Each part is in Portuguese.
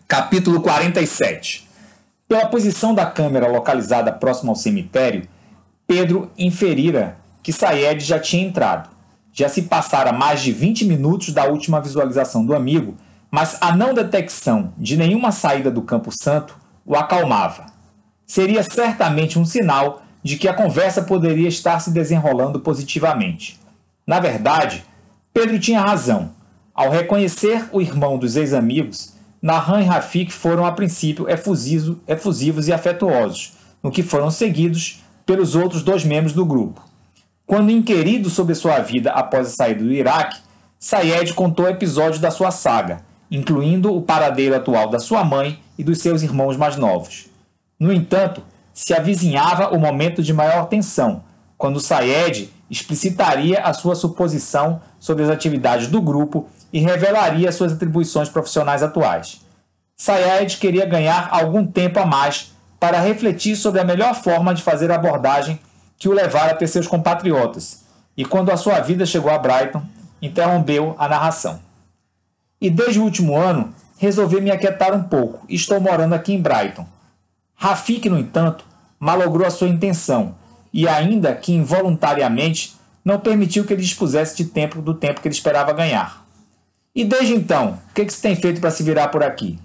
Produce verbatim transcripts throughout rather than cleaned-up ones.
Capítulo quarenta e sete. Pela posição da câmera localizada próximo ao cemitério, Pedro inferira que Sayed já tinha entrado. Já se passara mais de vinte minutos da última visualização do amigo, mas a não detecção de nenhuma saída do Campo Santo o acalmava. Seria certamente um sinal de que a conversa poderia estar se desenrolando positivamente. Na verdade, Pedro tinha razão. Ao reconhecer o irmão dos ex-amigos, Nahar e Rafik foram a princípio efusivos e afetuosos, no que foram seguidos pelos outros dois membros do grupo. Quando inquirido sobre sua vida após a saída do Iraque, Sayed contou episódios da sua saga, incluindo o paradeiro atual da sua mãe e dos seus irmãos mais novos. No entanto, se avizinhava o momento de maior tensão, quando Sayed explicitaria a sua suposição sobre as atividades do grupo e revelaria suas atribuições profissionais atuais. Sayed queria ganhar algum tempo a mais para refletir sobre a melhor forma de fazer a abordagem que o levara a ter seus compatriotas, e quando a sua vida chegou a Brighton, interrompeu a narração. E desde o último ano, resolvi me aquietar um pouco e estou morando aqui em Brighton. Rafik, no entanto, malogrou a sua intenção e, ainda que involuntariamente, não permitiu que ele dispusesse de tempo do tempo que ele esperava ganhar. E desde então, o que, que se tem feito para se virar por aqui?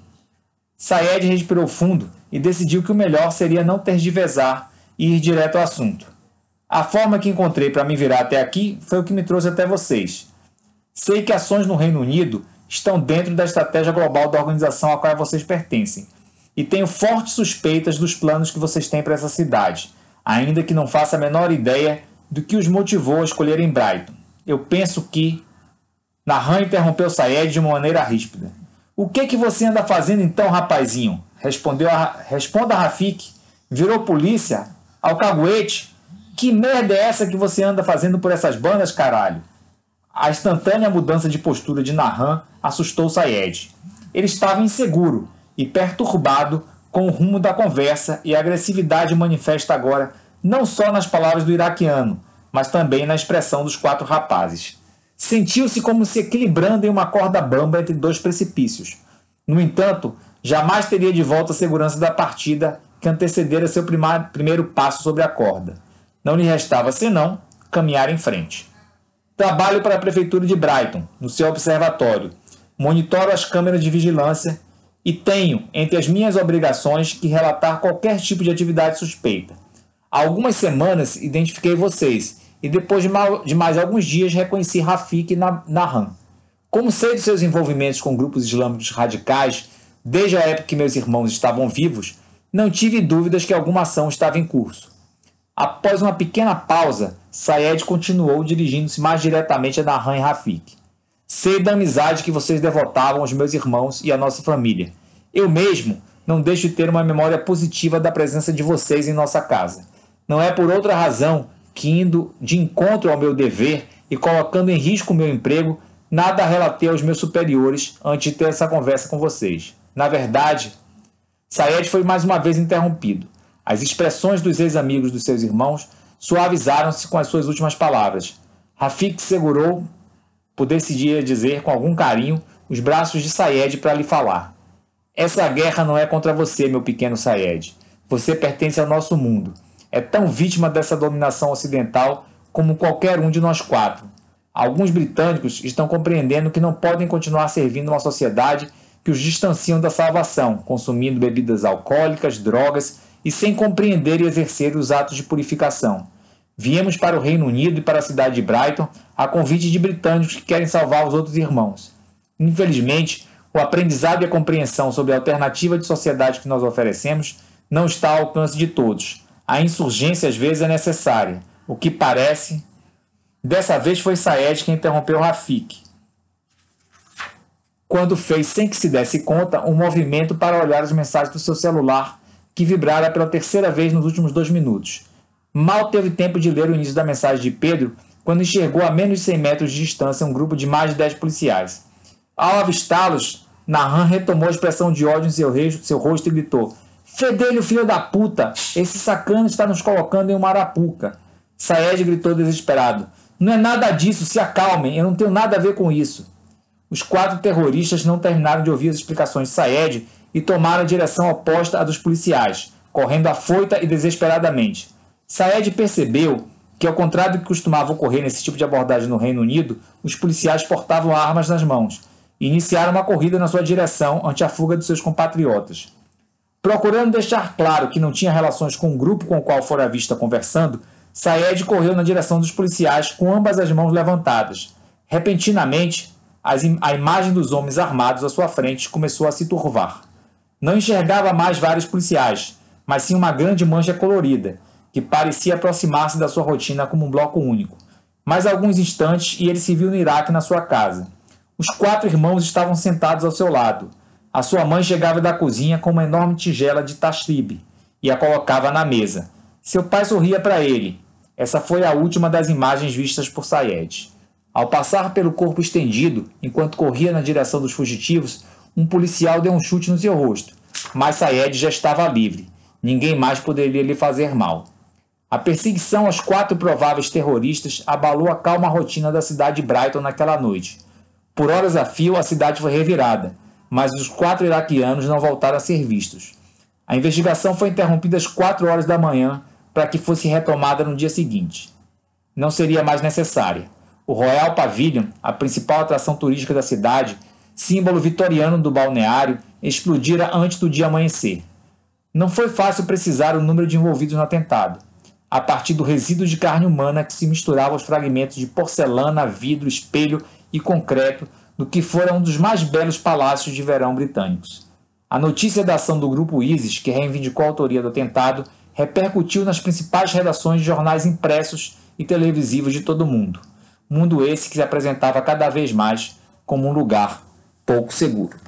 Sayed respirou fundo e decidiu que o melhor seria não tergiversar e ir direto ao assunto. A forma que encontrei para me virar até aqui foi o que me trouxe até vocês. Sei que ações no Reino Unido estão dentro da estratégia global da organização a qual vocês pertencem, e tenho fortes suspeitas dos planos que vocês têm para essa cidade, ainda que não faça a menor ideia do que os motivou a escolherem Brighton. Eu penso que... Nahar interrompeu Sayed de uma maneira ríspida. O que que você anda fazendo então, rapazinho? Respondeu a... Responda a Rafik. Virou polícia? Alcaguete? Que merda é essa que você anda fazendo por essas bandas, caralho? A instantânea mudança de postura de Nahar assustou Sayed. Ele estava inseguro e perturbado com o rumo da conversa, e a agressividade manifesta agora não só nas palavras do iraquiano, mas também na expressão dos quatro rapazes. Sentiu-se como se equilibrando em uma corda bamba entre dois precipícios. No entanto, jamais teria de volta a segurança da partida que antecedera seu primar, primeiro passo sobre a corda. Não lhe restava, senão, caminhar em frente. Trabalho para a Prefeitura de Brighton, no seu observatório. Monitoro as câmeras de vigilância e tenho, entre as minhas obrigações, que relatar qualquer tipo de atividade suspeita. Há algumas semanas identifiquei vocês e depois de, mal, de mais alguns dias reconheci Rafik e Nahar. Como sei dos seus envolvimentos com grupos islâmicos radicais, desde a época que meus irmãos estavam vivos, não tive dúvidas que alguma ação estava em curso. Após uma pequena pausa, Sayed continuou dirigindo-se mais diretamente a Nahar e Rafik. Sei da amizade que vocês devotavam aos meus irmãos e à nossa família. Eu mesmo não deixo de ter uma memória positiva da presença de vocês em nossa casa. Não é por outra razão que, indo de encontro ao meu dever e colocando em risco o meu emprego, nada relatei aos meus superiores antes de ter essa conversa com vocês. Na verdade, Sayed foi mais uma vez interrompido. As expressões dos ex-amigos dos seus irmãos suavizaram-se com as suas últimas palavras. Rafik segurou, por decidir dizer com algum carinho, os braços de Sayed para lhe falar. Essa guerra não é contra você, meu pequeno Sayed. Você pertence ao nosso mundo. É tão vítima dessa dominação ocidental como qualquer um de nós quatro. Alguns britânicos estão compreendendo que não podem continuar servindo uma sociedade que os distanciam da salvação, consumindo bebidas alcoólicas, drogas e sem compreender e exercer os atos de purificação. Viemos para o Reino Unido e para a cidade de Brighton a convite de britânicos que querem salvar os outros irmãos. Infelizmente, o aprendizado e a compreensão sobre a alternativa de sociedade que nós oferecemos não está ao alcance de todos. A insurgência às vezes é necessária. O que parece... Dessa vez foi Sayed quem interrompeu Rafik, quando fez, sem que se desse conta, um movimento para olhar as mensagens do seu celular, que vibrara pela terceira vez nos últimos dois minutos. Mal teve tempo de ler o início da mensagem de Pedro, quando enxergou a menos de cem metros de distância um grupo de mais de dez policiais. Ao avistá-los, Nahar retomou a expressão de ódio em seu, seu rosto e gritou: "Fedelho, filho da puta! Esse sacana está nos colocando em uma arapuca!" Sayed gritou desesperado: "Não é nada disso, se acalmem, eu não tenho nada a ver com isso." Os quatro terroristas não terminaram de ouvir as explicações de Sayed e tomaram a direção oposta à dos policiais, correndo afoita e desesperadamente. Saed percebeu que, ao contrário do que costumava ocorrer nesse tipo de abordagem no Reino Unido, os policiais portavam armas nas mãos e iniciaram uma corrida na sua direção ante a fuga de seus compatriotas. Procurando deixar claro que não tinha relações com o grupo com o qual fora vista conversando, Saed correu na direção dos policiais com ambas as mãos levantadas. Repentinamente, a imagem dos homens armados à sua frente começou a se turvar. Não enxergava mais vários policiais, mas sim uma grande mancha colorida, que parecia aproximar-se da sua rotina como um bloco único. Mais alguns instantes e ele se viu no Iraque na sua casa. Os quatro irmãos estavam sentados ao seu lado. A sua mãe chegava da cozinha com uma enorme tigela de tashrib e a colocava na mesa. Seu pai sorria para ele. Essa foi a última das imagens vistas por Saed. Ao passar pelo corpo estendido, enquanto corria na direção dos fugitivos, um policial deu um chute no seu rosto, mas Saed já estava livre. Ninguém mais poderia lhe fazer mal. A perseguição aos quatro prováveis terroristas abalou a calma rotina da cidade de Brighton naquela noite. Por horas a fio, a cidade foi revirada, mas os quatro iraquianos não voltaram a ser vistos. A investigação foi interrompida às quatro horas da manhã para que fosse retomada no dia seguinte. Não seria mais necessária. O Royal Pavilion, a principal atração turística da cidade, símbolo vitoriano do balneário, explodira antes do dia amanhecer. Não foi fácil precisar o número de envolvidos no atentado, a partir do resíduo de carne humana que se misturava aos fragmentos de porcelana, vidro, espelho e concreto do que fora um dos mais belos palácios de verão britânicos. A notícia da ação do grupo ISIS, que reivindicou a autoria do atentado, repercutiu nas principais redações de jornais impressos e televisivos de todo o mundo. Mundo esse que se apresentava cada vez mais como um lugar pouco seguro.